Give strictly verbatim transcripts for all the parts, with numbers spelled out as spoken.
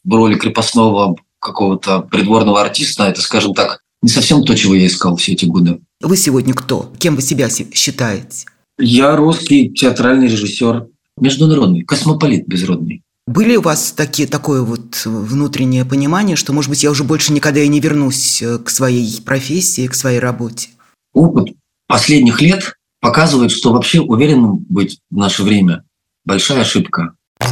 в роли крепостного какого-то придворного артиста, это, скажем так, не совсем то, чего я искал все эти годы. Вы сегодня кто? Кем вы себя считаете? Я русский театральный режиссер, международный, космополит безродный. Были у вас такие, такое вот внутреннее понимание, что, может быть, я уже больше никогда и не вернусь к своей профессии, к своей работе? Опыт последних лет показывает, что вообще уверенным быть в наше время – большая ошибка.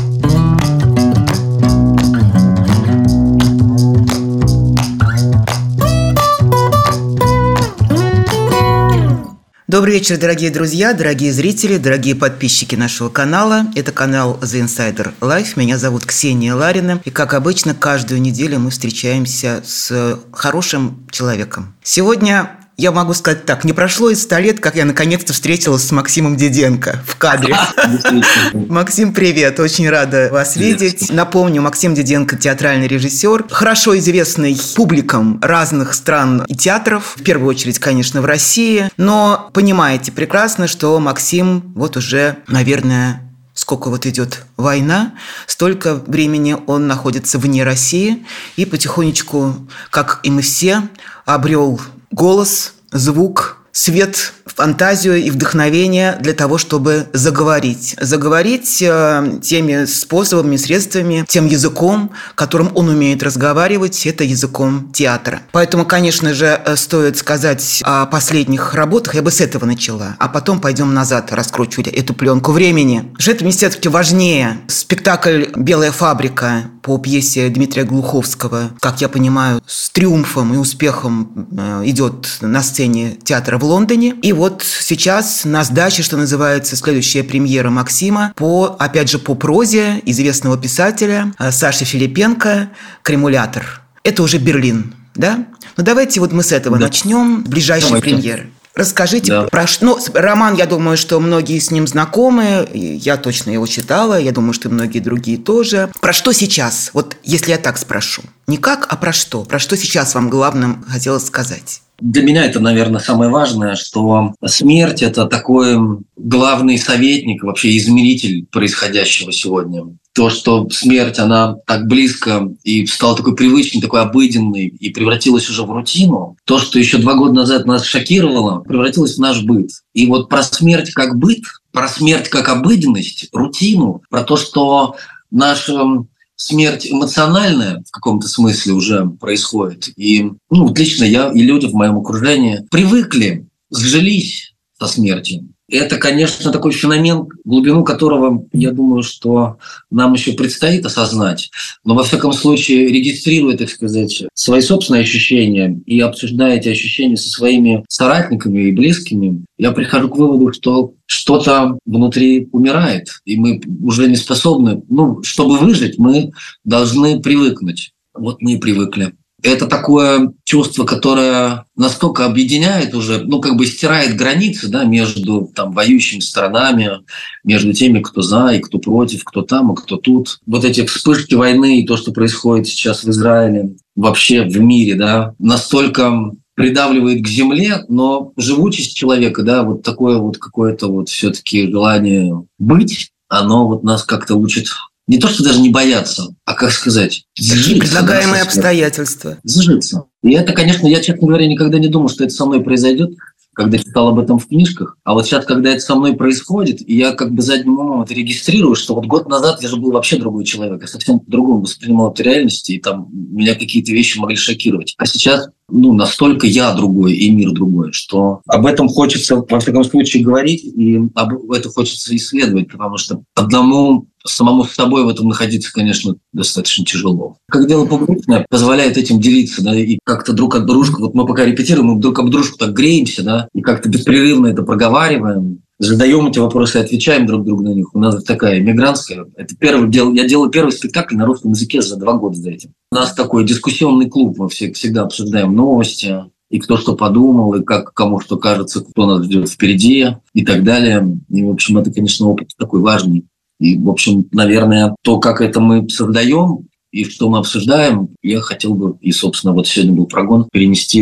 Добрый вечер, дорогие друзья, дорогие зрители, дорогие подписчики нашего канала. Это канал The Insider Life. Меня зовут Ксения Ларина. И, как обычно, каждую неделю мы встречаемся с хорошим человеком. Сегодня я могу сказать так, не прошло и ста лет, как я наконец-то встретилась с Максимом Диденко в кадре. Максим, привет, очень рада вас видеть. Напомню, Максим Диденко – театральный режиссер, хорошо известный публикам разных стран и театров, в первую очередь, конечно, в России. Но понимаете прекрасно, что Максим вот уже, наверное, сколько вот идет война, столько времени он находится вне России и потихонечку, как и мы все, обрел голос, звук, свет, фантазию и вдохновение для того, чтобы заговорить. Заговорить э, теми способами, средствами, тем языком, которым он умеет разговаривать, это языком театра. Поэтому, конечно же, стоит сказать о последних работах, я бы с этого начала, а потом пойдем назад раскручивать эту пленку времени. Что это мне все-таки важнее. Спектакль «Белая фабрика» по пьесе Дмитрия Глуховского, как я понимаю, с триумфом и успехом э, идет на сцене театра в Лондоне. И вот сейчас на сдаче, что называется, следующая премьера Максима по, опять же, по прозе известного писателя Саши Филипенко «Кремулятор». Это уже Берлин, да? Ну, давайте вот мы с этого да. начнем, ближайшей давайте. премьеры. Расскажите да. про... Ну, роман, я думаю, что многие с ним знакомы. Я точно его читала. Я думаю, что и многие другие тоже. Про что сейчас? Вот если я так спрошу. Не как, а про что? Про что сейчас вам главным хотелось сказать? Для меня это, наверное, самое важное, что смерть – это такой главный советник, вообще измеритель происходящего сегодня. То, что смерть, она так близко и стала такой привычной, такой обыденной и превратилась уже в рутину. То, что еще два года назад нас шокировало, превратилось в наш быт. И вот про смерть как быт, про смерть как обыденность, рутину, про то, что наша смерть эмоциональная в каком-то смысле уже происходит. И ну, вот лично я и люди в моем окружении привыкли, сжились со смертью. Это, конечно, такой феномен, глубину которого, я думаю, что нам еще предстоит осознать. Но, во всяком случае, регистрируя, так сказать, свои собственные ощущения и обсуждая эти ощущения со своими соратниками и близкими, я прихожу к выводу, что что-то внутри умирает, и мы уже не способны. Ну, чтобы выжить, мы должны привыкнуть. Вот мы и привыкли. Это такое чувство, которое настолько объединяет уже, ну, как бы стирает границы, да, между там воюющими сторонами, между теми, кто за и кто против, кто там и кто тут. Вот эти вспышки войны и то, что происходит сейчас в Израиле, вообще в мире, да, настолько придавливает к земле, но живучесть человека, да, вот такое вот какое-то вот все-таки желание быть, оно вот нас как-то учит. Не то, что даже не бояться, а, как сказать, зажиться. Предлагаемые да, обстоятельства. Зажиться. И это, конечно, я, честно говоря, никогда не думал, что это со мной произойдет, когда читал об этом в книжках. А вот сейчас, когда это со мной происходит, и я как бы задним умом это регистрирую, что вот год назад я же был вообще другой человек. Я совсем по-другому воспринимал эту реальность, и там меня какие-то вещи могли шокировать. А сейчас, ну, настолько я другой и мир другой, что об этом хочется, во всяком случае, говорить, и об этом хочется исследовать, потому что одному самому с собой в этом находиться, конечно, достаточно тяжело. Как дело публичное, позволяет этим делиться, да, и как-то друг от дружки, вот мы пока репетируем, мы друг об дружку так греемся, да, и как-то беспрерывно это проговариваем, задаем эти вопросы и отвечаем друг другу на них. У нас такая мигрантская. Это первый дел. Я делаю первый спектакль на русском языке за два года за этим. У нас такой дискуссионный клуб, мы все, всегда обсуждаем новости, и кто что подумал, и как кому что кажется, кто нас ждет впереди, и так далее. И, в общем, это, конечно, опыт такой важный. И, в общем, наверное, то, как это мы создаем и что мы обсуждаем, я хотел бы, и, собственно, вот сегодня был прогон, перенести это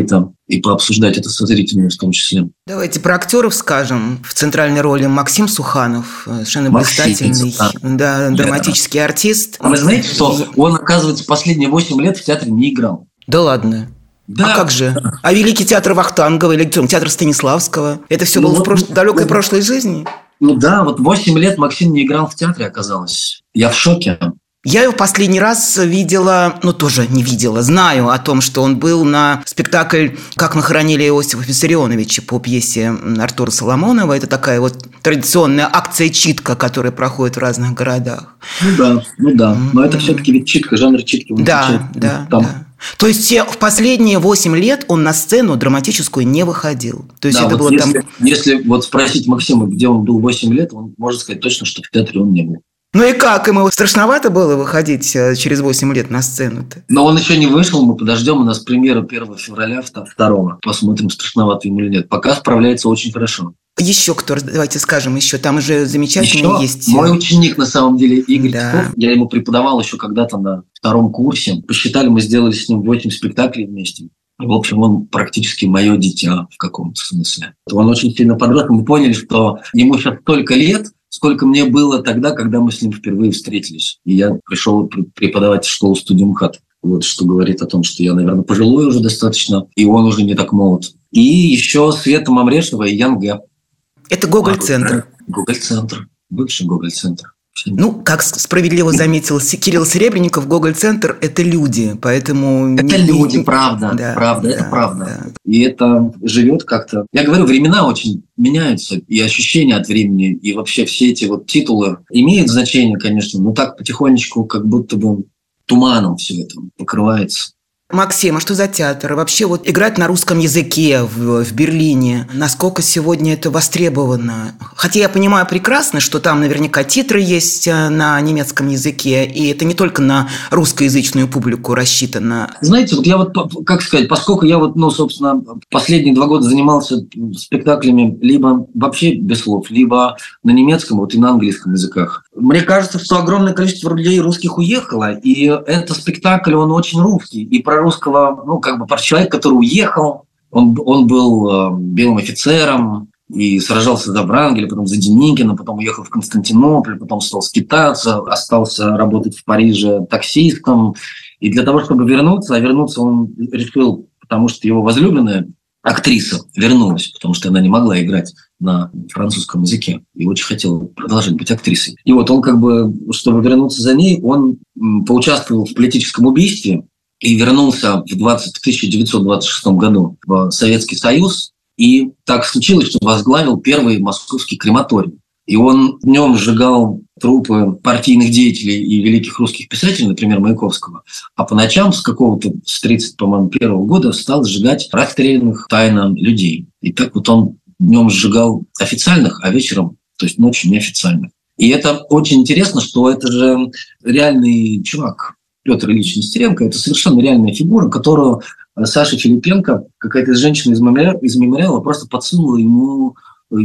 и пообсуждать это со зрителями в том числе. Давайте про актеров скажем. В центральной роли Максим Суханов, совершенно Максим, блистательный, да, драматический да. артист. А вы знаете, что он, оказывается, последние восемь лет в театре не играл? Да ладно. Да. А как же? А Великий театр Вахтангова или театр Станиславского? Это все ну, было вот, в прош... далекой ну, прошлой жизни? Ну да, вот восемь лет Максим не играл в театре, оказалось. Я в шоке. Я его последний раз видела, ну тоже не видела, знаю о том, что он был на спектакль «Как мы хоронили Иосифа Виссарионовича» по пьесе Артура Соломонова. Это такая вот традиционная акция-читка, которая проходит в разных городах. Ну да, ну да, но mm-hmm. это все-таки ведь читка, жанр читки. Да, да, там. да. То есть в последние восемь лет он на сцену драматическую не выходил. То есть да, это вот было если, там... если вот спросить Максима, где он был восемь лет, он может сказать точно, что в театре он не был. Ну и как? Ему страшновато было выходить через восемь лет на сцену-то? Но он еще не вышел, мы подождем. У нас премьера первого февраля, второго. Посмотрим, страшновато ему или нет. Пока справляется очень хорошо. Еще кто? Давайте скажем еще. Там уже замечательный еще есть... Мой ученик, на самом деле, Игорь да. Титов. Я ему преподавал еще когда-то на втором курсе. Посчитали, мы сделали с ним восемь спектаклей вместе. В общем, он практически мое дитя в каком-то смысле. Он очень сильно подрос. Мы поняли, что ему сейчас столько лет, сколько мне было тогда, когда мы с ним впервые встретились. И я пришел преподавать в школу студию МХАТ. Вот что говорит о том, что я, наверное, пожилой уже достаточно, и он уже не так молод. И еще Света Мамрешева и Ян Гэ. Это Гоголь-центр. Гоголь-центр. Бывший Гоголь-центр. Ну, как справедливо заметил Кирилл Серебренников, Гоголь-центр – это люди, поэтому… Это не... люди, правда, да, правда, да, это правда. Да. И это живет как-то… Я говорю, времена очень меняются, и ощущения от времени, и вообще все эти вот титулы имеют значение, конечно, но так потихонечку как будто бы туманом все это покрывается. Максим, а что за театр? Вообще вот играть на русском языке в, в Берлине, насколько сегодня это востребовано? Хотя я понимаю прекрасно, что там наверняка титры есть на немецком языке, и это не только на русскоязычную публику рассчитано. Знаете, вот я вот, как сказать, поскольку я вот, ну, собственно, последние два года занимался спектаклями либо вообще без слов, либо на немецком, вот и на английском языках, мне кажется, что огромное количество людей русских уехало, и этот спектакль, он очень русский, и про русского, ну, как бы про человека, который уехал, он, он был э, белым офицером и сражался за Врангеля, потом за Деникина, потом уехал в Константинополь, потом стал скитаться, остался работать в Париже таксистом. И для того, чтобы вернуться, а вернуться он решил, потому что его возлюбленная актриса вернулась, потому что она не могла играть на французском языке и очень хотела продолжать быть актрисой. И вот он как бы, чтобы вернуться за ней, он поучаствовал в политическом убийстве, и вернулся в тысяча девятьсот двадцать шестом году в Советский Союз. И так случилось, что возглавил первый московский крематорий. И он днем сжигал трупы партийных деятелей и великих русских писателей, например, Маяковского. А по ночам с какого-то, с тридцать первого года стал сжигать расстрелянных тайно людей. И так вот он днем сжигал официальных, а вечером, то есть ночью неофициальных. И это очень интересно, что это же реальный чувак. Петр Ильич Нестеренко – это совершенно реальная фигура, которую Саша Филипенко, какая-то женщина из мемориала, из мемориала просто подсунула ему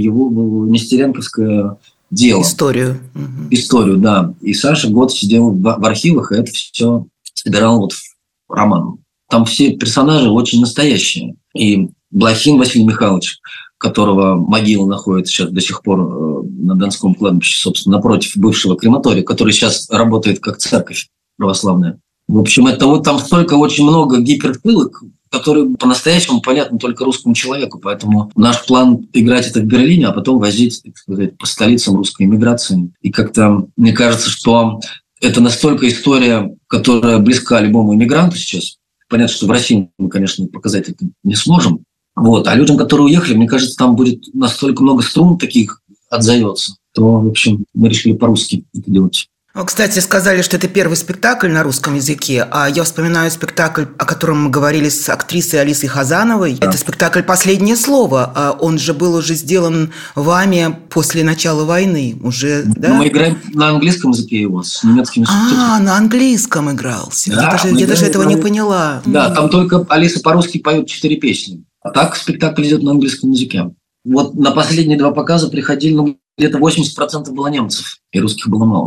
его нестеренковское дело. Историю. Историю, да. И Саша год сидел в, в архивах, и это все собирал вот в роман. Там все персонажи очень настоящие. И Блохин Василий Михайлович, которого могила находится сейчас до сих пор на Донском кладбище, собственно, напротив бывшего крематория, который сейчас работает как церковь православная. В общем, это вот там столько очень много гиперссылок, которые по-настоящему понятны только русскому человеку. Поэтому наш план играть это в Берлине, а потом возить, так сказать, по столицам русской эмиграции. И как-то мне кажется, что это настолько история, которая близка любому иммигранту сейчас. Понятно, что в России мы, конечно, показать это не сможем. Вот. А людям, которые уехали, мне кажется, там будет настолько много струн таких отзовется. То, в общем, мы решили по-русски это делать. Кстати, сказали, что это первый спектакль на русском языке, а я вспоминаю спектакль, о котором мы говорили с актрисой Алисой Хазановой. Да. Это спектакль «Последнее слово». Он же был уже сделан вами после начала войны. Уже, да? Мы играем на английском языке его, с немецкими субтитрами. А, на английском игрался. Да, я даже, я даже этого не поняла. Да, там только Алиса по-русски поет четыре песни. А так спектакль идет на английском языке. Вот на последние два показа приходили, ну, где-то восемьдесят процентов было немцев, и русских было мало.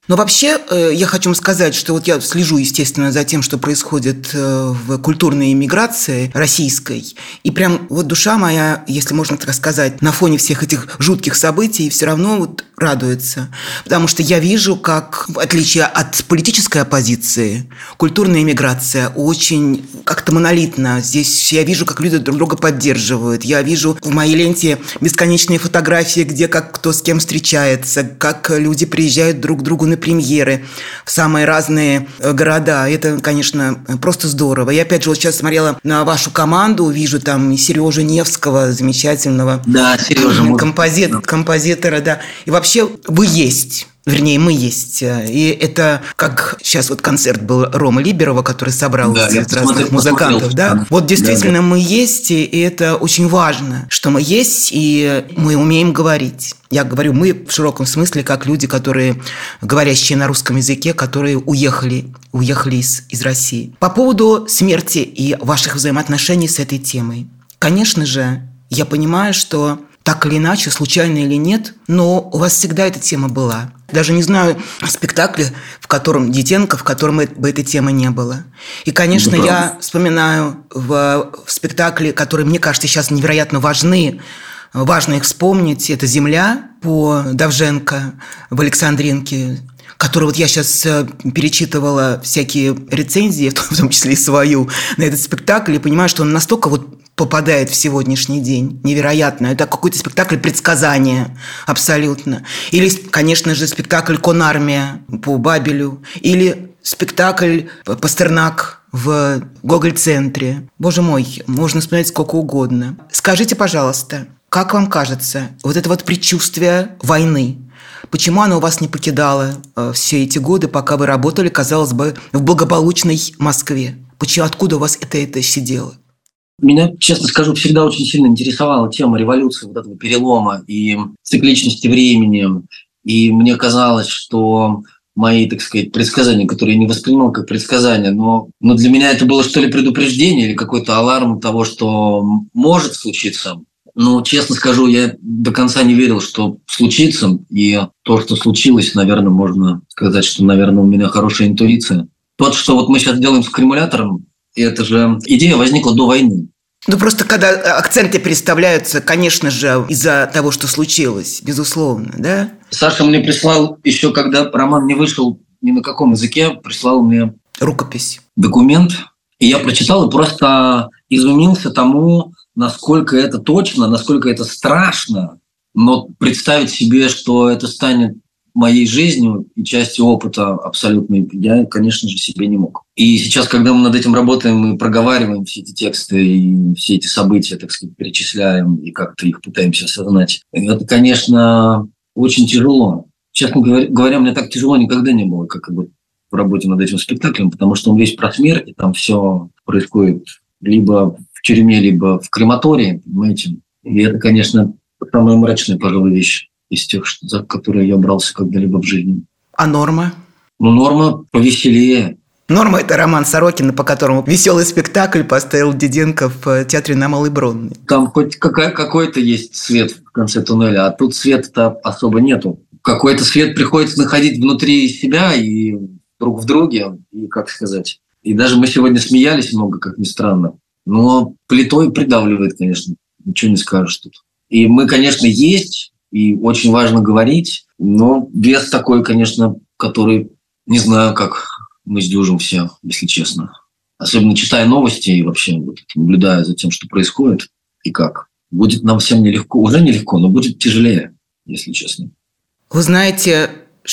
Но вообще, я хочу вам сказать, что вот я слежу, естественно, за тем, что происходит в культурной эмиграции российской, и прям вот душа моя, если можно так сказать, на фоне всех этих жутких событий все равно вот радуется. Потому что я вижу, как, в отличие от политической оппозиции, культурная эмиграция очень как-то монолитна. Здесь я вижу, как люди друг друга поддерживают. Я вижу в моей ленте бесконечные фотографии, где как кто с кем встречается, как люди приезжают друг к другу на премьеры в самые разные города. Это, конечно, просто здорово. Я опять же вот сейчас смотрела на вашу команду, вижу там Сережу Невского, замечательного да, Сережа, композит, композитора, да. И вообще вы есть. Вернее, мы есть. И это как сейчас вот концерт был Ромы Либерова, который собрал да, всех разных музыкантов. Да? Вот действительно да, да. мы есть, и это очень важно, что мы есть, и мы умеем говорить. Я говорю мы в широком смысле, как люди, которые, говорящие на русском языке, которые уехали, уехали из, из России. По поводу смерти и ваших взаимоотношений с этой темой. Конечно же, я понимаю, что так или иначе, случайно или нет, но у вас всегда эта тема была. Даже не знаю спектакля, в котором Диденко, в котором бы этой темы не было. И, конечно, да, я вспоминаю в, в спектакле, которые, мне кажется, сейчас невероятно важны, важно их вспомнить, это «Земля» по Довженко в Александринке, который вот я сейчас перечитывала всякие рецензии, в том числе и свою, на этот спектакль, и понимаю, что он настолько вот попадает в сегодняшний день. Невероятно. Это какой-то спектакль предсказания абсолютно. Или, конечно же, спектакль «Конармия» по Бабелю. Или спектакль «Пастернак» в Гоголь-центре. Боже мой, можно вспоминать сколько угодно. Скажите, пожалуйста, как вам кажется, вот это вот предчувствие войны, почему оно у вас не покидало все эти годы, пока вы работали, казалось бы, в благополучной Москве? Почему, откуда у вас это, это сидело? Меня, честно скажу, всегда очень сильно интересовала тема революции, вот этого перелома и цикличности времени. И мне казалось, что мои, так сказать, предсказания, которые я не воспринимал как предсказания, но, но для меня это было что ли предупреждение или какой-то аларм того, что может случиться. Но, честно скажу, я до конца не верил, что случится. И то, что случилось, наверное, можно сказать, что, наверное, у меня хорошая интуиция. То, что вот мы сейчас делаем с аккумулятором, эта же идея возникла до войны. Ну, просто когда акценты переставляются, конечно же, из-за того, что случилось, безусловно, да? Саша мне прислал, еще когда роман не вышел ни на каком языке, прислал мне рукопись, документ, и я прочитал и просто изумился тому, насколько это точно, насколько это страшно, но представить себе, что это станет моей жизнью и частью опыта абсолютно, я, конечно же, себе не мог. И сейчас, когда мы над этим работаем, мы проговариваем все эти тексты и все эти события, так сказать, перечисляем и как-то их пытаемся осознать. Это, конечно, очень тяжело. Честно говоря, мне так тяжело никогда не было, как бы в работе над этим спектаклем, потому что он весь про смерть, и там все происходит либо в тюрьме, либо в крематории, понимаете. И это, конечно, самая мрачная, пожалуй, вещь из тех, за которые я брался когда-либо в жизни. А «Норма»? Ну, «Норма» повеселее. «Норма» – это роман Сорокина, по которому веселый спектакль поставил Диденко в театре на Малой Бронной. Там хоть какая, какой-то есть свет в конце туннеля, а тут света-то особо нету. Какой-то свет приходится находить внутри себя и друг в друге, и, как сказать. И даже мы сегодня смеялись много, как ни странно. Но плитой придавливает, конечно. Ничего не скажешь тут. И мы, конечно, есть... И очень важно говорить, но вес такой, конечно, который не знаю, как мы сдюжим все, если честно. Особенно читая новости и вообще вот, наблюдая за тем, что происходит и как. Будет нам всем нелегко, уже нелегко, но будет тяжелее, если честно. Вы знаете,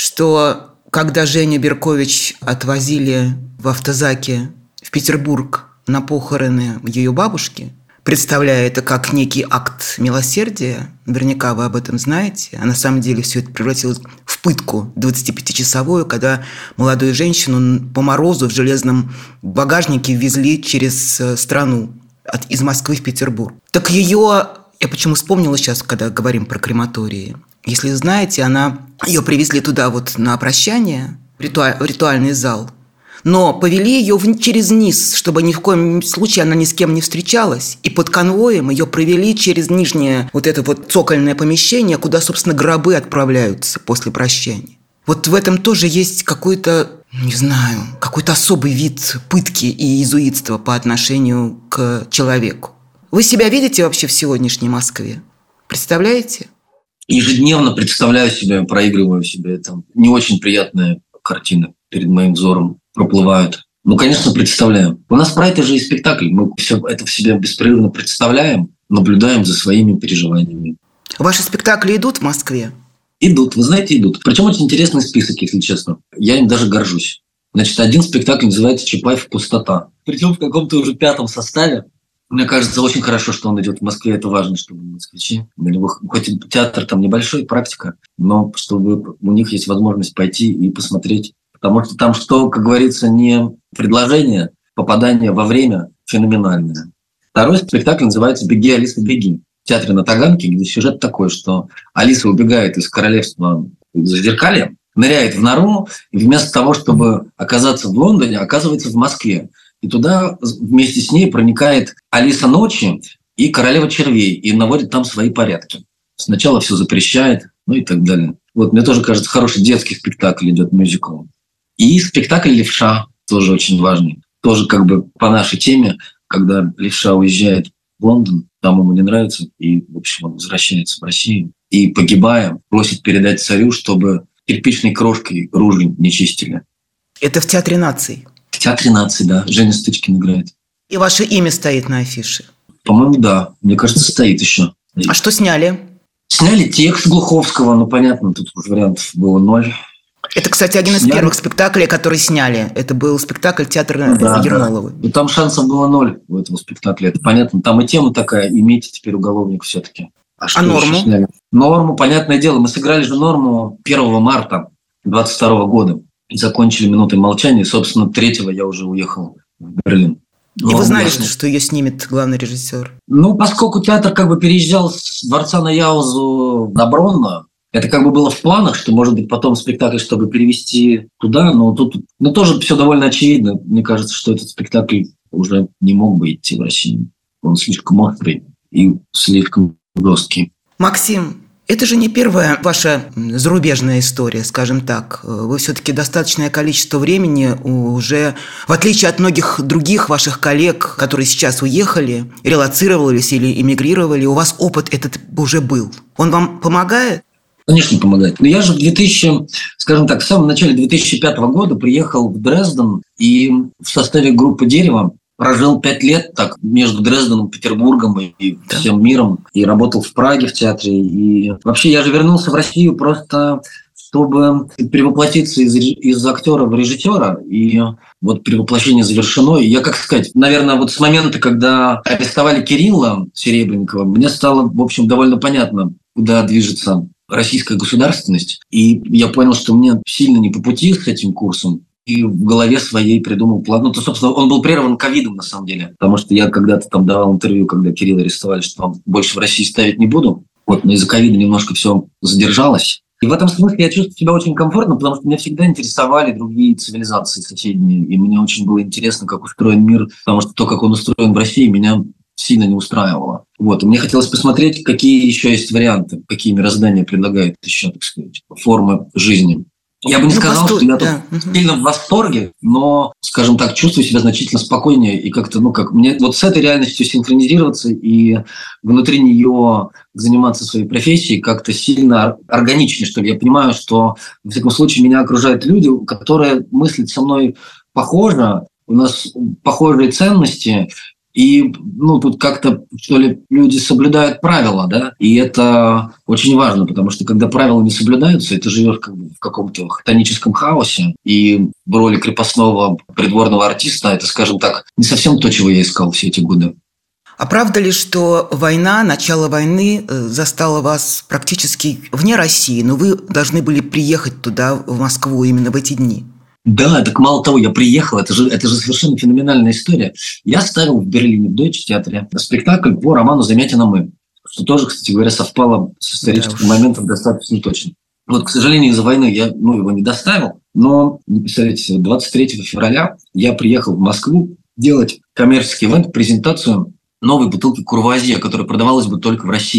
что когда Женю Беркович отвозили в автозаке в Петербург на похороны ее бабушки, представляя это как некий акт милосердия, наверняка вы об этом знаете, а на самом деле все это превратилось в пытку двадцатипятичасовую, когда молодую женщину по морозу в железном багажнике везли через страну от, из Москвы в Петербург. Так ее, я почему вспомнила сейчас, когда говорим про крематории, если знаете, она, ее привезли туда вот на прощание, в, ритуаль, в ритуальный зал, но повели ее через низ, чтобы ни в коем случае она ни с кем не встречалась. И под конвоем ее провели через нижнее вот это вот цокольное помещение, куда, собственно, гробы отправляются после прощания. Вот в этом тоже есть какой-то, не знаю, какой-то особый вид пытки и иезуитства по отношению к человеку. Вы себя видите вообще в сегодняшней Москве? Представляете? Ежедневно представляю себя, проигрываю себе. Это не очень приятные картины перед моим взором проплывают. Ну, конечно, представляю. У нас про это же и спектакль. Мы все это в себе беспрерывно представляем, наблюдаем за своими переживаниями. Ваши спектакли идут в Москве? Идут, вы знаете, идут. Причем очень интересный список, если честно. Я им даже горжусь. Значит, один спектакль называется «Чапаев. Пустота». Причем в каком-то уже пятом составе. Мне кажется, очень хорошо, что он идет в Москве. Это важно, чтобы москвичи, хоть театр там небольшой, практика, но чтобы у них есть возможность пойти и посмотреть. Потому что там что, как говорится, не предложение, попадание во время феноменальное. Второй спектакль называется «Беги, Алиса, беги». В театре на Таганке, где сюжет такой, что Алиса убегает из королевства Зазеркалья, ныряет в нору, и вместо того, чтобы оказаться в Лондоне, оказывается в Москве. И туда вместе с ней проникает Алиса ночи и королева червей, и наводит там свои порядки. Сначала все запрещает, ну и так далее. Вот, мне тоже кажется, хороший детский спектакль идет, мюзикл. И спектакль «Левша» тоже очень важный. Тоже как бы по нашей теме, когда Левша уезжает в Лондон, там ему не нравится, и, в общем, он возвращается в Россию. И, погибая, просит передать царю, чтобы кирпичной крошкой ружей не чистили. Это в Театре наций? В Театре наций, да. Женя Стычкин играет. И ваше имя стоит на афише? По-моему, да. Мне кажется, стоит еще. А что сняли? Сняли текст Глуховского, ну, понятно, тут вариантов было ноль. Это, кстати, один из сняли... первых спектаклей, которые сняли. Это был спектакль театра да, Ермоловой. Да. Там шансов было ноль в этом спектакле. Это понятно. Там и тема такая, имейте теперь уголовник все-таки. А, а норму? Норму, понятное дело. Мы сыграли же норму первого марта двадцать второго года. И закончили минутой молчания. И, собственно, третьего я уже уехал в Берлин. И Но вы знали, что, что ее снимет главный режиссер? Ну, поскольку театр как бы переезжал с Дворца на Яузу на Бронно, это как бы было в планах, что, может быть, потом спектакль, чтобы перевести туда, но тут ну, тоже все довольно очевидно. Мне кажется, что этот спектакль уже не мог бы идти в Россию. Он слишком острый и слишком жесткий. Максим, это же не первая ваша зарубежная история, скажем так. Вы все-таки достаточное количество времени уже, в отличие от многих других ваших коллег, которые сейчас уехали, релоцировались или эмигрировали, у вас опыт этот уже был. Он вам помогает? Конечно, помогает. Но я же в двухтысячном, скажем так, в самом начале две тысячи пятого года приехал в Дрезден и в составе группы «Дерево» прожил пять лет так между Дрезденом, Петербургом и, и да. всем миром. И работал в Праге в театре. И вообще я же вернулся в Россию просто, чтобы перевоплотиться из, из актера в режиссера. И вот перевоплощение завершено. И я, как сказать, наверное, вот с момента, когда арестовали Кирилла Серебренникова, мне стало, в общем, довольно понятно, куда движется российская государственность. И я понял, что мне сильно не по пути с этим курсом. И в голове своей придумал план. Ну, то, собственно, он был прерван ковидом, на самом деле. Потому что я когда-то там давал интервью, когда Кирилла арестовали, что там больше в России ставить не буду. Вот, но из-за ковида немножко все задержалось. И в этом смысле я чувствую себя очень комфортно, потому что меня всегда интересовали другие цивилизации соседние. И мне очень было интересно, как устроен мир, потому что то, как он устроен в России, меня сильно не устраивало. Вот. И мне хотелось посмотреть, какие еще есть варианты, какие мироздания предлагает еще, так сказать, формы жизни. Я бы не ну, сказал, посту... что я да. тут угу. сильно в восторге, но, скажем так, чувствую себя значительно спокойнее и как-то, ну, как мне вот с этой реальностью синхронизироваться и внутри нее заниматься своей профессией как-то сильно органичнее, что ли. Я понимаю, что, во всяком случае, меня окружают люди, которые мыслят со мной похоже, у нас похожие ценности, и, ну, тут как-то, что ли, люди соблюдают правила, да, и это очень важно, потому что, когда правила не соблюдаются, ты живешь как бы в каком-то хтоническом хаосе, и в роли крепостного придворного артиста это, скажем так, не совсем то, чего я искал все эти годы. А правда ли, что война, начало войны застало вас практически вне России, но вы должны были приехать туда, в Москву, именно в эти дни? Да, так мало того, я приехал, это же, это же совершенно феноменальная история. Я ставил в Берлине, в Deutsche театре, спектакль по роману «Замятина мы», что тоже, кстати говоря, совпало с историческим да моментом достаточно точно. Вот, к сожалению, из-за войны я ну, его не доставил, но, не представляете, двадцать третьего февраля я приехал в Москву делать коммерческий ивент, презентацию новой бутылки «Курвуазье», которая продавалась бы только в России.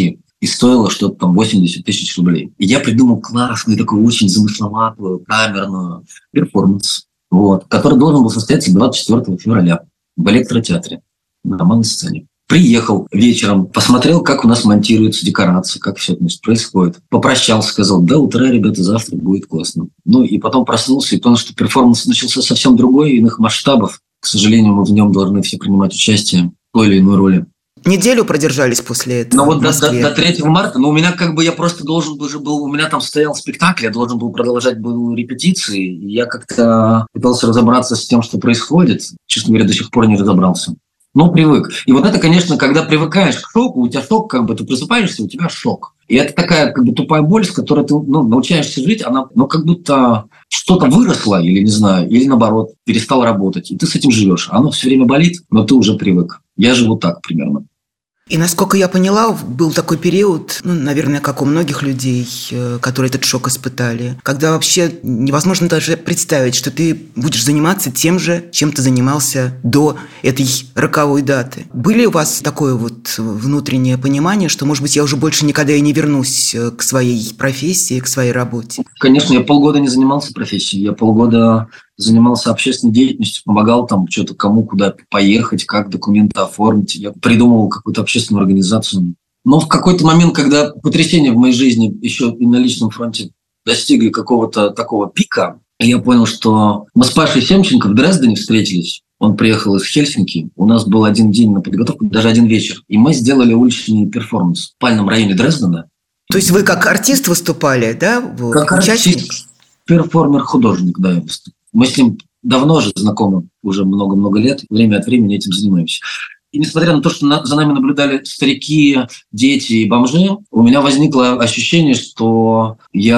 и стоило что-то там восемьдесят тысяч рублей. И я придумал классную, такую очень замысловатую, камерную перформанс, вот, который должен был состояться двадцать четвёртого февраля в электротеатре на малой сцене. Приехал вечером, посмотрел, как у нас монтируется декорация, как все это происходит. Попрощался, сказал: до утра, ребята, завтра будет классно. Ну и потом проснулся и понял, что перформанс начался совсем другой, иных масштабов. К сожалению, мы в нем должны все принимать участие в той или иной роли. Неделю продержались после этого. Ну вот до, до, до третьего марта, но у меня как бы я просто должен был, был, у меня там стоял спектакль, я должен был продолжать был репетиции, и я как-то пытался разобраться с тем, что происходит. Честно говоря, до сих пор не разобрался. Но привык. И вот это, конечно, когда привыкаешь к шоку, у тебя шок, как бы ты просыпаешься, у тебя шок. И это такая как бы тупая боль, с которой ты ну, научаешься жить, она ну, как будто что-то выросло, или не знаю, или наоборот, перестало работать. И ты с этим живешь. Оно все время болит, но ты уже привык. Я живу так примерно. И, насколько я поняла, был такой период, ну, наверное, как у многих людей, которые этот шок испытали, когда вообще невозможно даже представить, что ты будешь заниматься тем же, чем ты занимался до этой роковой даты. Были у вас такое вот внутреннее понимание, что, может быть, я уже больше никогда и не вернусь к своей профессии, к своей работе? Конечно, я полгода не занимался профессией, я полгода занимался общественной деятельностью, помогал там что-то кому куда поехать, как документы оформить. Я придумывал какую-то общественную организацию. Но в какой-то момент, когда потрясения в моей жизни еще и на личном фронте достигли какого-то такого пика, я понял, что мы с Пашей Семченко в Дрездене встретились. Он приехал из Хельсинки. У нас был один день на подготовку, даже один вечер. И мы сделали уличный перформанс в спальном районе Дрездена. То есть вы как артист выступали, да? Как участник? артист, перформер-художник, да, я выступал. Мы с ним давно же знакомы, уже много-много лет, время от времени этим занимаемся. И несмотря на то, что на, за нами наблюдали старики, дети и бомжи, у меня возникло ощущение, что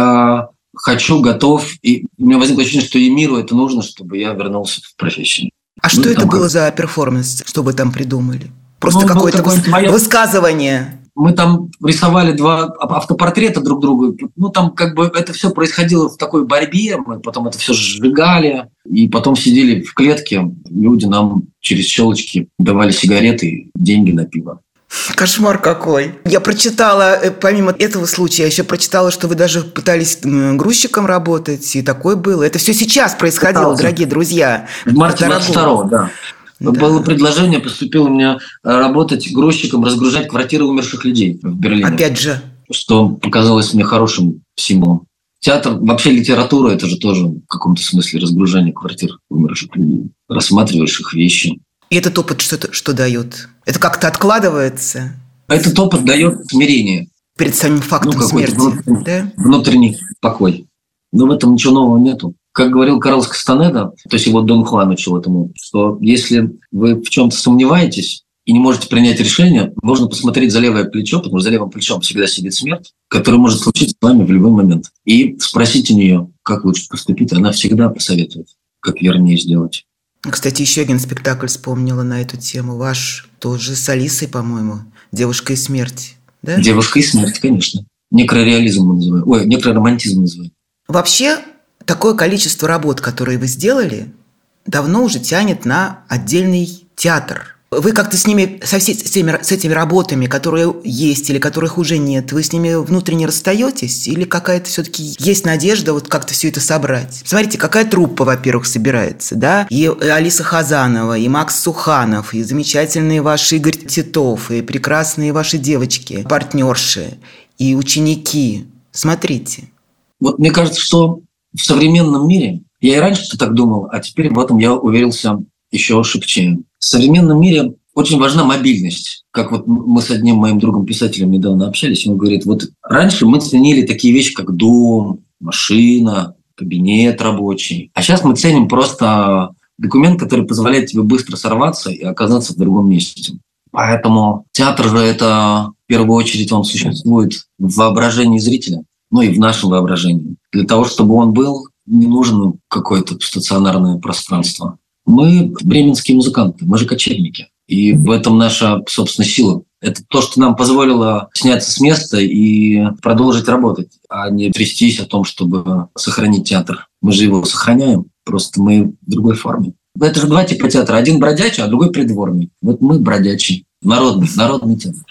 я хочу, готов, и у меня возникло ощущение, что и миру это нужно, чтобы я вернулся в профессию. А ну, что это было как... за перформанс, что вы там придумали? Просто ну, какое-то такое выс... мое... высказывание? Мы там рисовали два автопортрета друг друга. Ну, там как бы это все происходило в такой борьбе. Мы потом это все сжигали. И потом сидели в клетке. Люди нам через щелочки давали сигареты, деньги на пиво. Кошмар какой. Я прочитала, помимо этого случая, я еще прочитала, что вы даже пытались грузчиком работать. И такое было. Это все сейчас происходило, Пытался. Дорогие друзья. В марте двадцать второго, да. Да. Было предложение, поступило мне работать грузчиком, разгружать квартиры умерших людей в Берлине. Опять же. Что показалось мне хорошим символом. Театр, вообще литература, это же тоже в каком-то смысле разгружение квартир умерших людей. Рассматриваешь их вещи. И этот опыт что, что дает? Это как-то откладывается? Этот опыт дает смирение. Перед самим фактом ну, смерти, внутренний, да? Внутренний покой. Но в этом ничего нового нету. Как говорил Карлос Кастанеда, то есть его Дон Хуан учил этому, что если вы в чем-то сомневаетесь и не можете принять решение, нужно посмотреть за левое плечо, потому что за левым плечом всегда сидит смерть, которая может случиться с вами в любой момент. И спросить у нее, как лучше поступить, она всегда посоветует, как вернее сделать. Кстати, еще один спектакль вспомнила на эту тему. Ваш тоже с Алисой, по-моему, «Девушка и смерть». Да? «Девушка и смерть», конечно. Некрореализм мы называем. Ой, некроромантизм называем. Вообще, такое количество работ, которые вы сделали, давно уже тянет на отдельный театр. Вы как-то с ними, со всеми, с, этими, с этими работами, которые есть или которых уже нет, вы с ними внутренне расстаетесь? Или какая-то все-таки есть надежда вот как-то все это собрать? Смотрите, какая труппа, во-первых, собирается, да? И Алиса Хазанова, и Макс Суханов, и замечательные ваши Игорь Титов, и прекрасные ваши девочки, партнерши, и ученики. Смотрите. Вот мне кажется, что в современном мире, я и раньше так думал, а теперь в этом я уверился еще шибче. В современном мире очень важна мобильность. Как вот мы с одним моим другом-писателем недавно общались, он говорит, вот раньше мы ценили такие вещи, как дом, машина, кабинет рабочий. А сейчас мы ценим просто документ, который позволяет тебе быстро сорваться и оказаться в другом месте. Поэтому театр же это, в первую очередь, он существует в воображении зрителя, ну и в нашем воображении. Для того, чтобы он был, не нужно какое-то стационарное пространство. Мы бременские музыканты, мы же кочевники. И в этом наша, собственно, сила. Это то, что нам позволило сняться с места и продолжить работать, а не трястись о том, чтобы сохранить театр. Мы же его сохраняем, просто мы в другой форме. Это же два типа театра. Один бродячий, а другой придворный. Вот мы бродячий, народный, народный театр.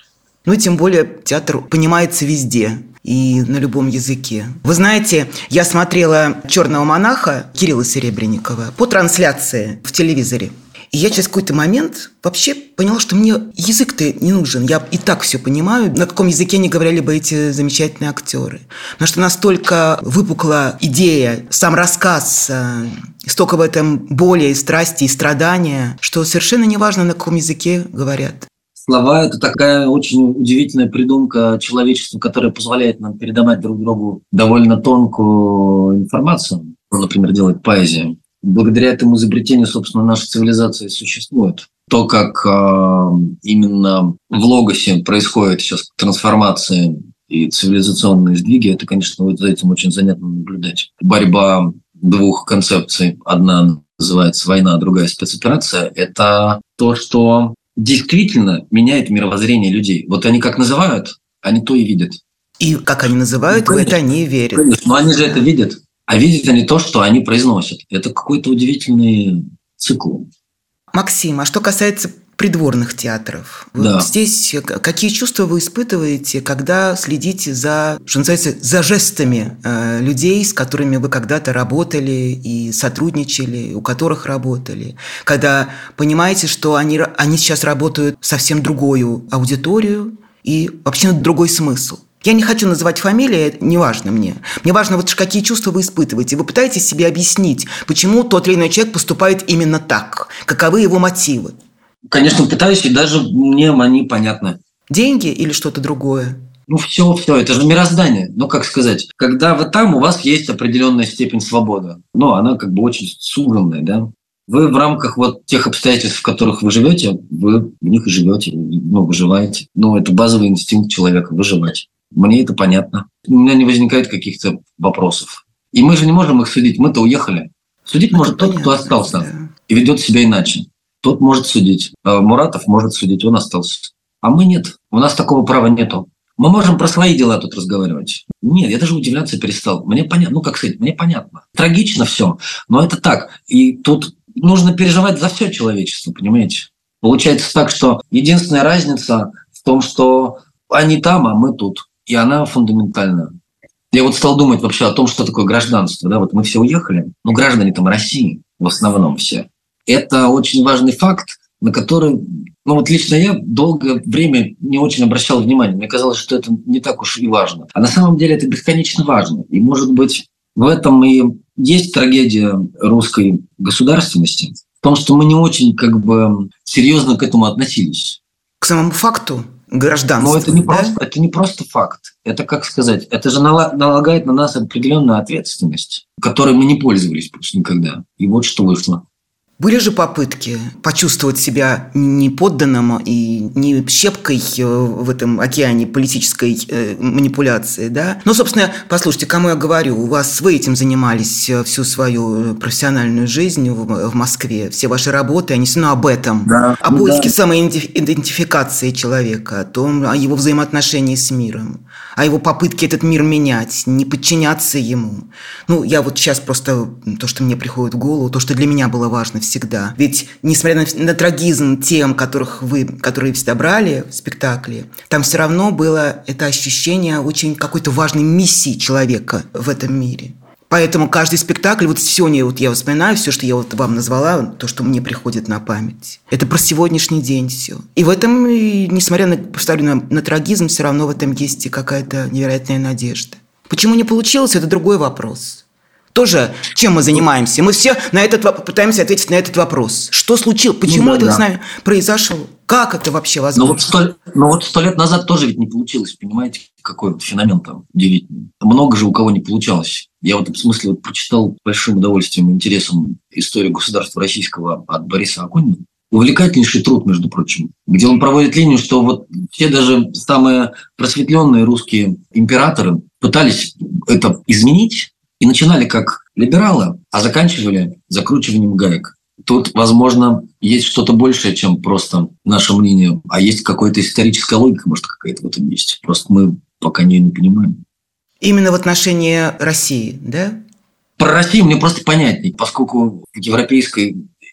Ну и тем более театр понимается везде и на любом языке. Вы знаете, я смотрела «Черного монаха» Кирилла Серебренникова по трансляции в телевизоре. И я через какой-то момент вообще поняла, что мне язык-то не нужен. Я и так все понимаю, на каком языке не говорили бы эти замечательные актеры. Потому что настолько выпукла идея, сам рассказ, столько в этом боли, страсти и страдания, что совершенно неважно, на каком языке говорят. Слова – это такая очень удивительная придумка человечества, которая позволяет нам передавать друг другу довольно тонкую информацию, что, например, делает поэзия. Благодаря этому изобретению, собственно, наша цивилизация существует. То, как э, именно в логосе происходит сейчас трансформация и цивилизационные сдвиги, это, конечно, вот за этим очень занятно наблюдать. Борьба двух концепций. Одна называется война, другая спецоперация. Это то, что действительно меняет мировоззрение людей. Вот они как называют, они то и видят. И как они называют, ну, в это они верят. Конечно, но они же это видят. А видят они то, что они произносят. Это какой-то удивительный цикл. Максим, а что касается придворных театров, да. вот здесь какие чувства вы испытываете, когда следите за, что называется, за жестами э, людей, с которыми вы когда-то работали и сотрудничали, у которых работали, когда понимаете, что они, они сейчас работают совсем другую аудиторию и вообще на другой смысл? Я не хочу называть фамилии, это не важно мне. Мне важно, вот какие чувства вы испытываете. Вы пытаетесь себе объяснить, почему тот или иной человек поступает именно так, каковы его мотивы. Конечно, пытаюсь, и даже мне они понятны. Деньги или что-то другое? Ну, все, все, это же мироздание. Ну, как сказать, когда вы там, у вас есть определенная степень свободы. Ну, она как бы очень суженная, да. Вы в рамках вот тех обстоятельств, в которых вы живете, вы в них и живете, ну, выживаете. Ну, это базовый инстинкт человека – выживать. Мне это понятно. У меня не возникает каких-то вопросов. И мы же не можем их судить. Мы-то уехали. Судить это может понятно, тот, кто остался, да. И ведет себя иначе. Тот может судить. А Муратов может судить, он остался. А мы нет. У нас такого права нету. Мы можем про свои дела тут разговаривать. Нет, я даже удивляться перестал. Мне понятно. Ну, как сказать, мне понятно. Трагично все, но это так. И тут нужно переживать за все человечество, понимаете? Получается так, что единственная разница в том, что они там, а мы тут. И она фундаментальна. Я вот стал думать вообще о том, что такое гражданство. Да? Вот мы все уехали, но граждане там России в основном все. Это очень важный факт, на который, ну вот лично я долгое время не очень обращал внимания. Мне казалось, что это не так уж и важно. А на самом деле это бесконечно важно. И, может быть, в этом и есть трагедия русской государственности. В том, что мы не очень как бы серьезно к этому относились. К самому факту гражданства. Но это не, да? просто, это не просто факт. Это, как сказать, это же налагает на нас определенную ответственность, которой мы не пользовались просто никогда. И вот что вышло. Были же попытки почувствовать себя не подданным и не щепкой в этом океане политической манипуляции, да? Но, собственно, послушайте, кому я говорю, у вас вы этим занимались всю свою профессиональную жизнь в Москве, все ваши работы, они все равно об этом, да, о ну поиске да. самоидентификации человека, о том, о его взаимоотношении с миром, о его попытке этот мир менять, не подчиняться ему. Ну, я вот сейчас просто то, что мне приходит в голову, то, что для меня было важно всегда. Ведь, несмотря на, на трагизм тем, которых вы, которые всегда брали в спектакле, там все равно было это ощущение очень какой-то важной миссии человека в этом мире. Поэтому каждый спектакль, вот сегодня вот я вспоминаю все, что я вот вам назвала, то, что мне приходит на память. Это про сегодняшний день все. И в этом, несмотря на, повторю, на, на трагизм, все равно в этом есть и какая-то невероятная надежда. Почему не получилось, это другой вопрос. Тоже, чем мы занимаемся? Мы все на этот, пытаемся ответить на этот вопрос. Что случилось? Почему ну, да, это да. с нами произошло? Как это вообще возможно? Но вот, сто, но вот сто лет назад тоже ведь не получилось, понимаете, какой вот феномен там удивительный. Много же у кого не получалось. Я в этом смысле вот прочитал с большим удовольствием и интересом историю государства российского от Бориса Акунина. Увлекательнейший труд, между прочим, где он проводит линию, что вот все даже самые просветленные русские императоры пытались это изменить, и начинали как либералы, а заканчивали закручиванием гаек. Тут, возможно, есть что-то большее, чем просто наше мнение, а есть какая-то историческая логика, может, какая-то в этом есть. Просто мы пока не, не понимаем. Именно в отношении России, да? Про Россию мне просто понятней, поскольку в европейской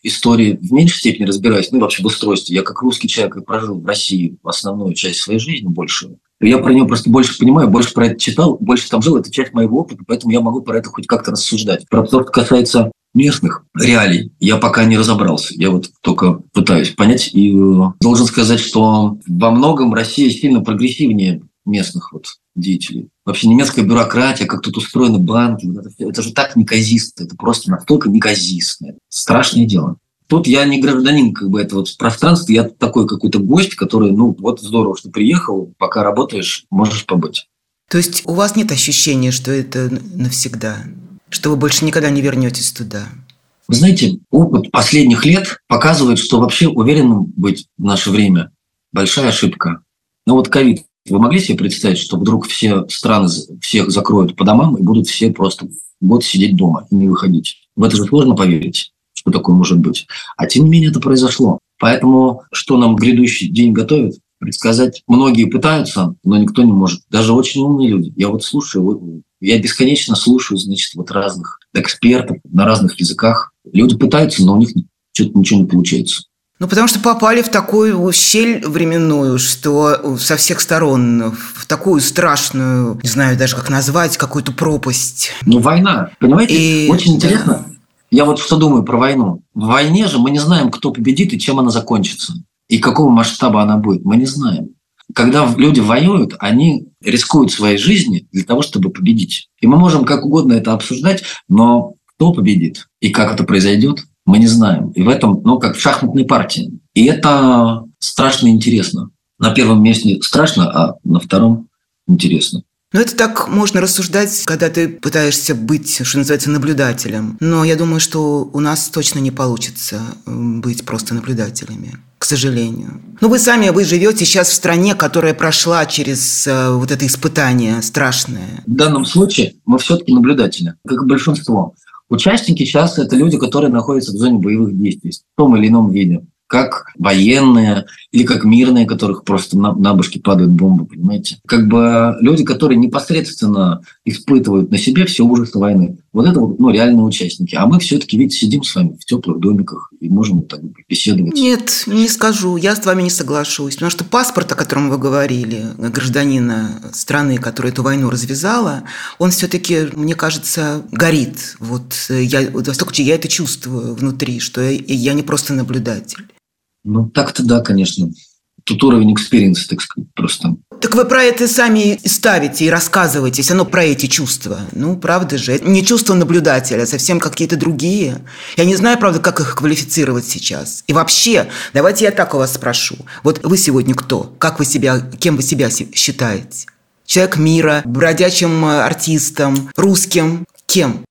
истории в меньшей степени разбираюсь, ну и вообще в устройстве. Я как русский человек и прожил в России основную часть своей жизни, большую. Я про него просто больше понимаю, больше про это читал, больше там жил. Это часть моего опыта, поэтому я могу про это хоть как-то рассуждать. Про то, что касается местных реалий, я пока не разобрался. Я вот только пытаюсь понять. И должен сказать, что во многом Россия сильно прогрессивнее местных вот деятелей. Вообще немецкая бюрократия, как тут устроены банки, это, это же так неказисто, это просто настолько неказисто. Страшное дело. Тут я не гражданин как бы этого пространства, я такой какой-то гость, который, ну вот здорово, что приехал, пока работаешь, можешь побыть. То есть у вас нет ощущения, что это навсегда, что вы больше никогда не вернетесь туда? Вы знаете, опыт последних лет показывает, что вообще уверенным быть в наше время – большая ошибка. Ну вот ковид. Вы могли себе представить, что вдруг все страны всех закроют по домам и будут все просто год сидеть дома и не выходить? В это же сложно поверить, что такое может быть. А тем не менее это произошло. Поэтому что нам грядущий день готовит, предсказать многие пытаются, но никто не может. Даже очень умные люди. Я вот слушаю, я бесконечно слушаю, значит, вот разных экспертов на разных языках. Люди пытаются, но у них что-то ничего не получается. Ну, потому что попали в такую щель временную, что со всех сторон, в такую страшную, не знаю даже как назвать, какую-то пропасть. Ну, война, понимаете? И... Очень да. интересно. Я вот что думаю про войну. В войне же мы не знаем, кто победит и чем она закончится. И какого масштаба она будет. Мы не знаем. Когда люди воюют, они рискуют своей жизнью для того, чтобы победить. И мы можем как угодно это обсуждать, но кто победит и как это произойдет, мы не знаем. И в этом, ну, как в шахматной партии. И это страшно интересно. На первом месте страшно, а на втором интересно. Ну, это так можно рассуждать, когда ты пытаешься быть, что называется, наблюдателем. Но я думаю, что у нас точно не получится быть просто наблюдателями, к сожалению. Ну, вы сами, вы живете сейчас в стране, которая прошла через uh, вот это испытание страшное. В данном случае мы все-таки наблюдатели, как и большинство. Участники сейчас – это люди, которые находятся в зоне боевых действий в том или ином виде. Как военные или как мирные, которых просто на, на башки падают бомбы, понимаете? Как бы люди, которые непосредственно испытывают на себе все ужасы войны. Вот это вот, ну, реальные участники. А мы все-таки, видите, сидим с вами в теплых домиках и можем так беседовать. Нет, не скажу. Я с вами не соглашусь. Потому что паспорт, о котором вы говорили, гражданина страны, которая эту войну развязала, он все-таки, мне кажется, горит. Вот я, во всяком случае, я это чувствую внутри, что я, я не просто наблюдатель. Ну, так-то да, конечно. Тут уровень экспириенса, так сказать, просто. Так вы про это сами ставите и рассказываете, все равно про эти чувства. Ну, правда же. Это не чувства наблюдателя, а совсем какие-то другие. Я не знаю, правда, как их квалифицировать сейчас. И вообще, давайте я так у вас спрошу. Вот вы сегодня кто? Как вы себя, кем вы себя считаете? Человек мира, бродячим артистом, русским? Кем?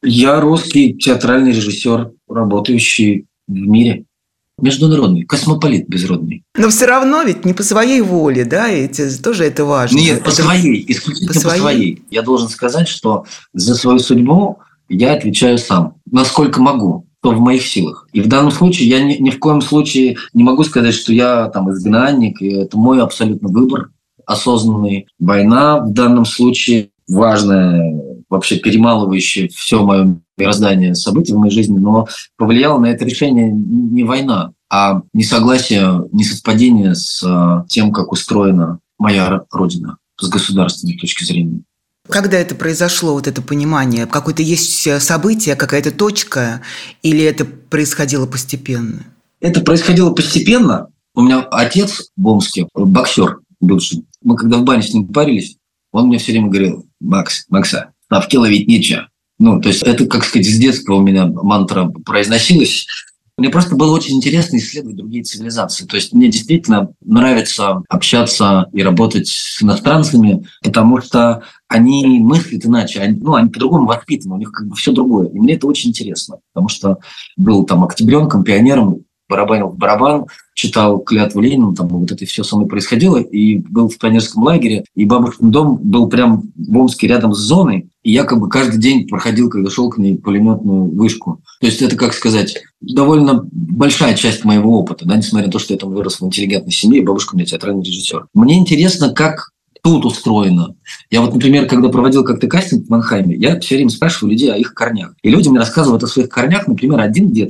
Я русский театральный режиссер, работающий в мире. Международный, космополит безродный. Но все равно ведь не по своей воле, да, ведь тоже это важно. Нет, по это... своей, исключительно по своей. по своей. Я должен сказать, что за свою судьбу я отвечаю сам, насколько могу, то в моих силах. И в данном случае я ни, ни в коем случае не могу сказать, что я там изгнанник, и это мой абсолютно выбор, осознанный. Война в данном случае важная, вообще перемалывающая все мое мироздание событий в моей жизни, но повлияло на это решение не война, а несогласие, несовпадение с тем, как устроена моя родина с государственной точки зрения. Когда это произошло, вот это понимание? Какое-то есть событие, какая-то точка, или это происходило постепенно? Это происходило постепенно. У меня отец в Омске, боксер бывший. Мы когда в бане с ним парились, он мне все время говорил: Макс, Макса, ставки ловить нечего. Ну, то есть это, как сказать, с детства у меня мантра произносилась. Мне просто было очень интересно исследовать другие цивилизации. То есть мне действительно нравится общаться и работать с иностранцами, потому что они мыслят иначе, они, ну, они по-другому воспитаны, у них как бы все другое. И мне это очень интересно, потому что был там октябренком, пионером, барабанил в барабан, читал клятву Ленина, там вот это все со мной происходило, и был в пионерском лагере, и бабушкин дом был прям в Омске рядом с зоной, и я как бы каждый день проходил, когда шел к ней, пулеметную вышку. То есть это, как сказать, довольно большая часть моего опыта, да, несмотря на то, что я там вырос в интеллигентной семье, и бабушка у меня театральный режиссер. Мне интересно, как тут устроено. Я вот, например, когда проводил как-то кастинг в Манхайме, я все время спрашиваю людей о их корнях. И люди мне рассказывают о своих корнях. Например, один дед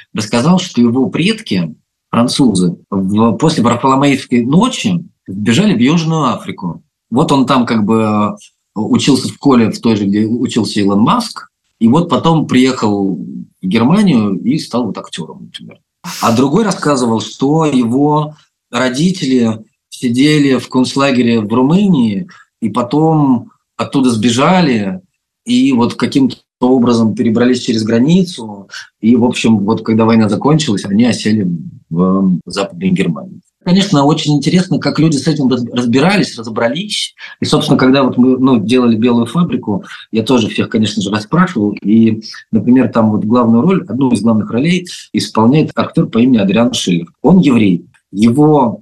рассказал, что его предки, французы, в, после Варфоломеевской ночи бежали в Южную Африку. Вот он там как бы учился в школе, в той же, где учился Илон Маск, и вот потом приехал в Германию и стал вот актером, например. А другой рассказывал, что его родители сидели в концлагере в Румынии, и потом оттуда сбежали, и вот каким-то образом перебрались через границу, и, в общем, вот когда война закончилась, они осели в Западной Германии. Конечно, очень интересно, как люди с этим разбирались, разобрались. И, собственно, когда вот мы ну, делали «Белую фабрику», я тоже всех, конечно же, расспрашивал. И, например, там вот главную роль, одну из главных ролей исполняет актер по имени Адриан Шиллер. Он еврей. Его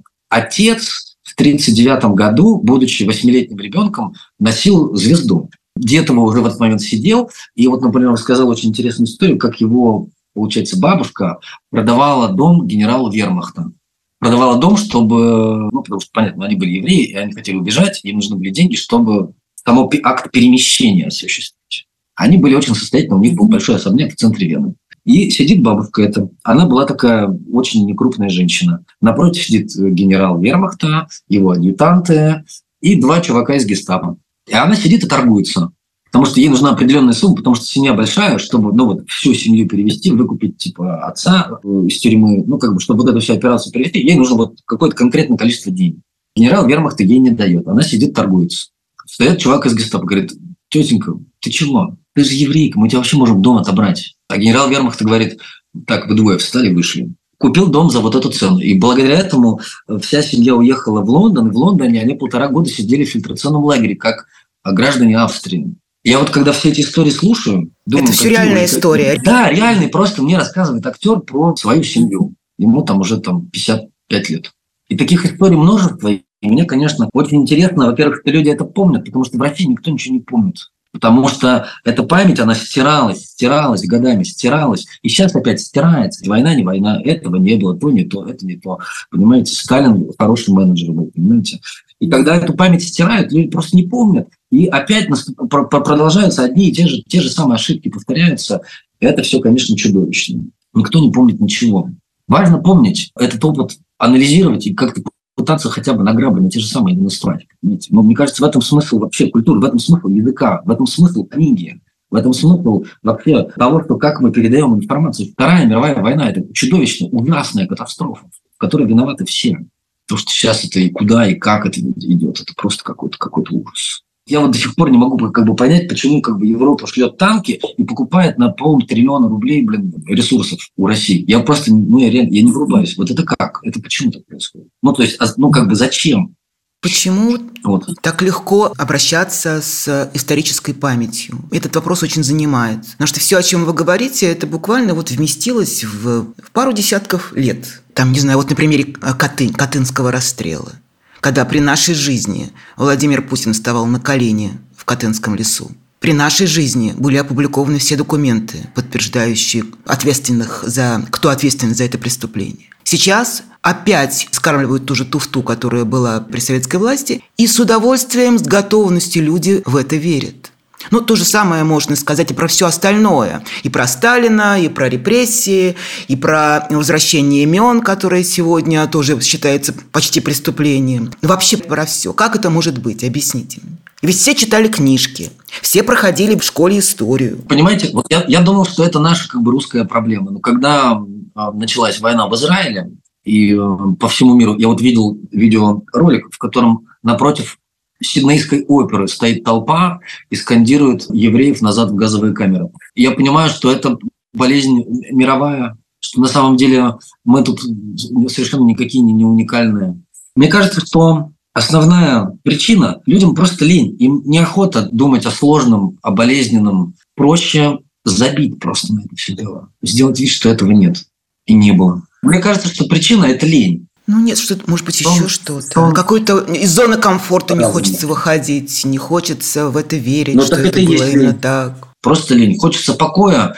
отец в тридцать девятом году, будучи восьмилетним ребенком, носил звезду. Дед его уже в этот момент сидел. И вот, например, рассказал очень интересную историю, как его, получается, бабушка продавала дом генералу вермахта. Продавала дом, чтобы, ну, потому что, понятно, они были евреи, и они хотели убежать, им нужны были деньги, чтобы само акт перемещения осуществить. Они были очень состоятельны, у них был большой особняк в центре Вены. И сидит бабушка эта, она была такая очень некрупная женщина. Напротив сидит генерал вермахта, его адъютанты и два чувака из гестапо. И она сидит и торгуется. Потому что ей нужна определенная сумма, потому что семья большая, чтобы ну, вот, всю семью перевести, выкупить типа отца из тюрьмы, ну, как бы, чтобы вот эту всю операцию перевести, ей нужно вот какое-то конкретное количество денег. Генерал вермахта ей не дает. Она сидит, торгуется. Стоит чувак из гестапо, говорит: тетенька, ты чего? Ты же еврейка, мы тебя вообще можем дом отобрать. А генерал вермахта говорит: так, вы двое встали, вышли. Купил дом за вот эту цену. И благодаря этому вся семья уехала в Лондон, и в Лондоне они полтора года сидели в фильтрационном лагере, как граждане Австрии. Я вот когда все эти истории слушаю, думаю... Это все реальная это... история. Да, реальный. Просто мне рассказывает актер про свою семью. Ему там уже там, пятьдесят пять лет. И таких историй множество. И мне, конечно, очень интересно, во-первых, что люди это помнят, потому что в России никто ничего не помнит. Потому что эта память, она стиралась, стиралась годами, стиралась. И сейчас опять стирается. Война, не война, этого не было, то не то, это не то. Понимаете, Сталин хороший менеджер был, понимаете. И когда эту память стирают, люди просто не помнят. И опять продолжаются одни и те же, те же самые ошибки, повторяются. И это все, конечно, чудовищно. Никто не помнит ничего. Важно помнить этот опыт, анализировать и как-то пытаться хотя бы на грабли, на те же самые настроить. Но мне кажется, в этом смысл вообще культуры, в этом смысл языка, в этом смысл книги, в этом смысл вообще того, что как мы передаем информацию. Вторая мировая война – это чудовищная, ужасная катастрофа, в которой виноваты все. То, что сейчас это и куда, и как это идет, это просто какой-то, какой-то ужас. Я вот до сих пор не могу как бы понять, почему как бы Европа шлет танки и покупает на полтриллиона рублей, блин, ресурсов у России. Я просто, ну, я реально, я не врубаюсь. Вот это как? Это почему так происходит? Ну, то есть, ну, как бы зачем? Почему вот. так легко обращаться с исторической памятью? Этот вопрос очень занимает. Потому что все, о чем вы говорите, это буквально вот вместилось в, в пару десятков лет. Там, не знаю, вот на примере Катынь, Катынского расстрела. Когда при нашей жизни Владимир Путин вставал на колени в Катынском лесу. При нашей жизни были опубликованы все документы, подтверждающие ответственных за, кто ответственен за это преступление. Сейчас опять скармливают ту же туфту, которая была при советской власти, и с удовольствием, с готовностью люди в это верят. Ну, то же самое можно сказать и про все остальное. И про Сталина, и про репрессии, и про возвращение имен, которое сегодня тоже считается почти преступлением. Вообще про все. Как это может быть? Объясните мне. Ведь все читали книжки, все проходили в школе историю. Понимаете, вот я, я думал, что это наша как бы русская проблема. Но когда а, началась война в Израиле, и а, по всему миру, я вот видел видеоролик, в котором напротив Сиднейской оперы стоит толпа и скандирует евреев назад в газовые камеры. И я понимаю, что это болезнь мировая, что на самом деле мы тут совершенно никакие не уникальные. Мне кажется, что основная причина – людям просто лень. Им неохота думать о сложном, о болезненном. Проще забить просто на это все дело. Сделать вид, что этого нет и не было. Мне кажется, что причина – это лень. Ну нет, что может быть еще он, что-то. Он... Какой-то из зоны комфорта не хочется выходить, не хочется в это верить, но что это, это было именно лень. Так. Просто лень. Хочется покоя,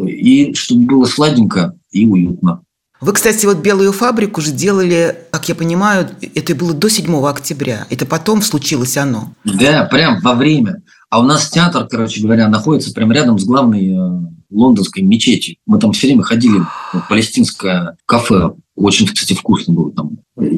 и чтобы было сладенько и уютно. Вы, кстати, вот «Белую фабрику» же делали, как я понимаю, это было до седьмого октября. Это потом случилось оно. Да, прям во время. А у нас театр, короче говоря, находится прямо рядом с главной, лондонской мечети. Мы там все время ходили в палестинское кафе. Очень, кстати, вкусно было там.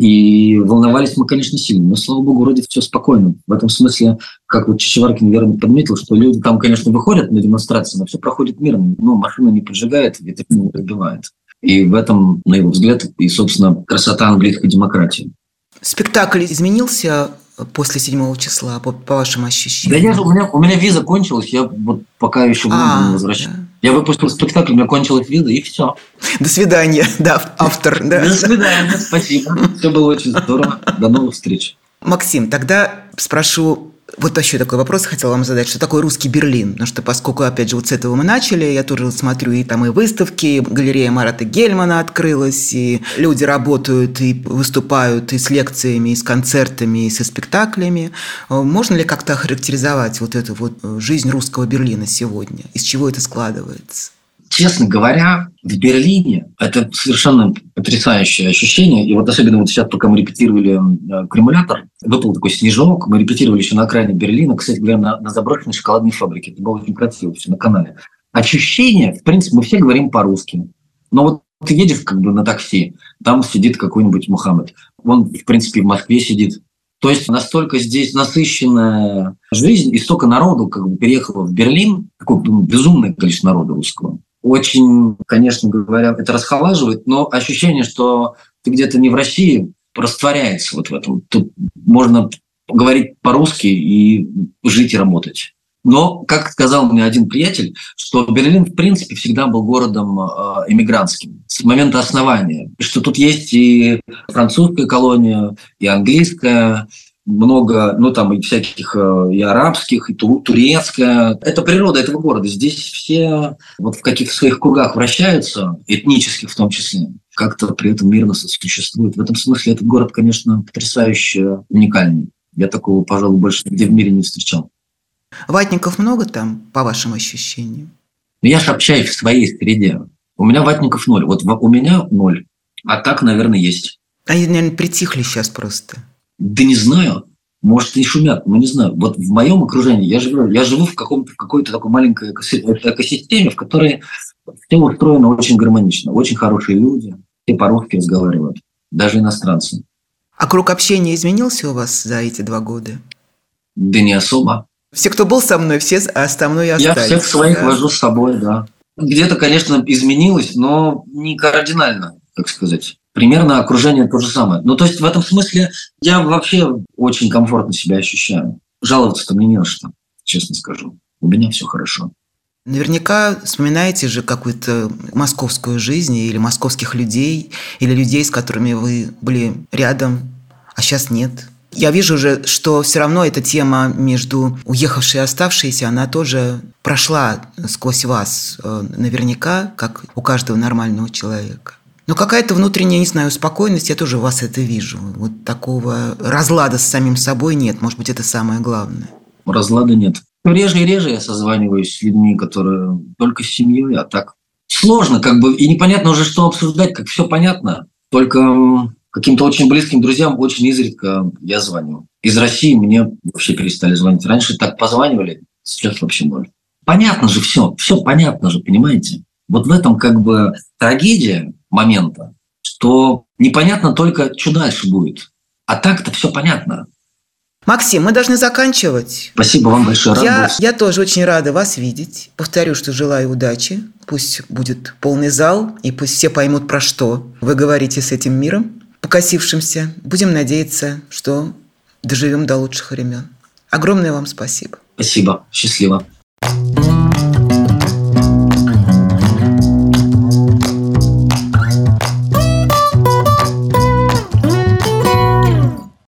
И волновались мы, конечно, сильно. Но, слава богу, вроде все спокойно. В этом смысле, как вот Чичеваркин верно подметил, что люди там, конечно, выходят на демонстрации, но все проходит мирно. Ну, машина не поджигает, ветряк не разбивает. И в этом, на его взгляд, и, собственно, красота английской демократии. Спектакль изменился после седьмого числа, по, по вашим ощущениям? Да я же, у меня, у меня виза кончилась, я вот пока еще в Лондон не возвращаюсь. Да. Я выпустил спектакль, у меня кончилась виза, и все. До свидания, да, автор. Да. До свидания, спасибо. Все было очень здорово. До новых встреч. Максим, тогда спрошу, вот еще такой вопрос хотела вам задать. Что такое русский Берлин? Потому что, поскольку, опять же, вот с этого мы начали, я тоже смотрю, и там и выставки, и галерея Марата Гельмана открылась, и люди работают, и выступают и с лекциями, и с концертами, и со спектаклями. Можно ли как-то охарактеризовать вот эту вот жизнь русского Берлина сегодня? Из чего это складывается? Честно говоря, в Берлине это совершенно потрясающее ощущение. И вот особенно вот сейчас, пока мы репетировали «Кремулятор», выпал такой снежок, мы репетировали еще на окраине Берлина, кстати говоря, на, на заброшенной шоколадной фабрике. Это было очень красиво, все на канале. Ощущение, в принципе, мы все говорим по-русски. Но вот ты едешь как бы на такси, там сидит какой-нибудь Мухаммед. Он, в принципе, в Москве сидит. То есть настолько здесь насыщенная жизнь, и столько народу как бы переехало в Берлин, такое безумное количество народа русского. Очень, конечно говоря, это расхолаживает, но ощущение, что ты где-то не в России, растворяется вот в этом. Тут можно говорить по-русски и жить и работать. Но, как сказал мне один приятель, что Берлин, в принципе, всегда был городом эмигрантским с момента основания. И что тут есть и французская колония, и английская, много, ну, там и всяких и арабских, и турецкая. Это природа этого города. Здесь все вот в каких-то своих кругах вращаются, этнических в том числе, как-то при этом мирно существуют. В этом смысле этот город, конечно, потрясающе уникальный. Я такого, пожалуй, больше нигде в мире не встречал. Ватников много там, по вашим ощущениям? Я же общаюсь в своей среде. У меня ватников ноль. Вот у меня ноль. А так, наверное, есть. Они, наверное, притихли сейчас просто. Да не знаю. Может, и шумят, но не знаю. Вот в моем окружении я живу, я живу в, каком-то, в какой-то такой маленькой экосистеме, в которой все устроено очень гармонично. Очень хорошие люди. Все по-русски разговаривают. Даже иностранцы. А круг общения изменился у вас за эти два года? Да не особо. Все, кто был со мной, все со мной и остались. Я всех своих да? вожу с собой, да. Где-то, конечно, изменилось, но не кардинально, так сказать. Примерно окружение то же самое. Ну, то есть в этом смысле я вообще очень комфортно себя ощущаю. Жаловаться-то мне не на что, честно скажу. У меня все хорошо. Наверняка вспоминаете же какую-то московскую жизнь или московских людей, или людей, с которыми вы были рядом, а сейчас нет. Я вижу уже, что все равно эта тема между уехавшей и оставшейся, она тоже прошла сквозь вас наверняка, как у каждого нормального человека. Но какая-то внутренняя, не знаю, спокойность, я тоже у вас это вижу. Вот такого разлада с самим собой нет. Может быть, это самое главное. Разлада нет. Реже и реже я созваниваюсь с людьми, которые только с семьей, а так сложно, как бы, и непонятно уже, что обсуждать, как все понятно. Только каким-то очень близким друзьям очень изредка я звоню. Из России мне вообще перестали звонить. Раньше так позванивали, сейчас вообще ноль. Понятно же все, все понятно же, понимаете? Вот в этом как бы трагедия момента, что непонятно только, что дальше будет. А так-то все понятно. Максим, мы должны заканчивать. Спасибо вам большое. Я, я тоже очень рада вас видеть. Повторю, что желаю удачи. Пусть будет полный зал, и пусть все поймут, про что вы говорите с этим миром покосившимся. Будем надеяться, что доживем до лучших времен. Огромное вам спасибо. Спасибо. Счастливо.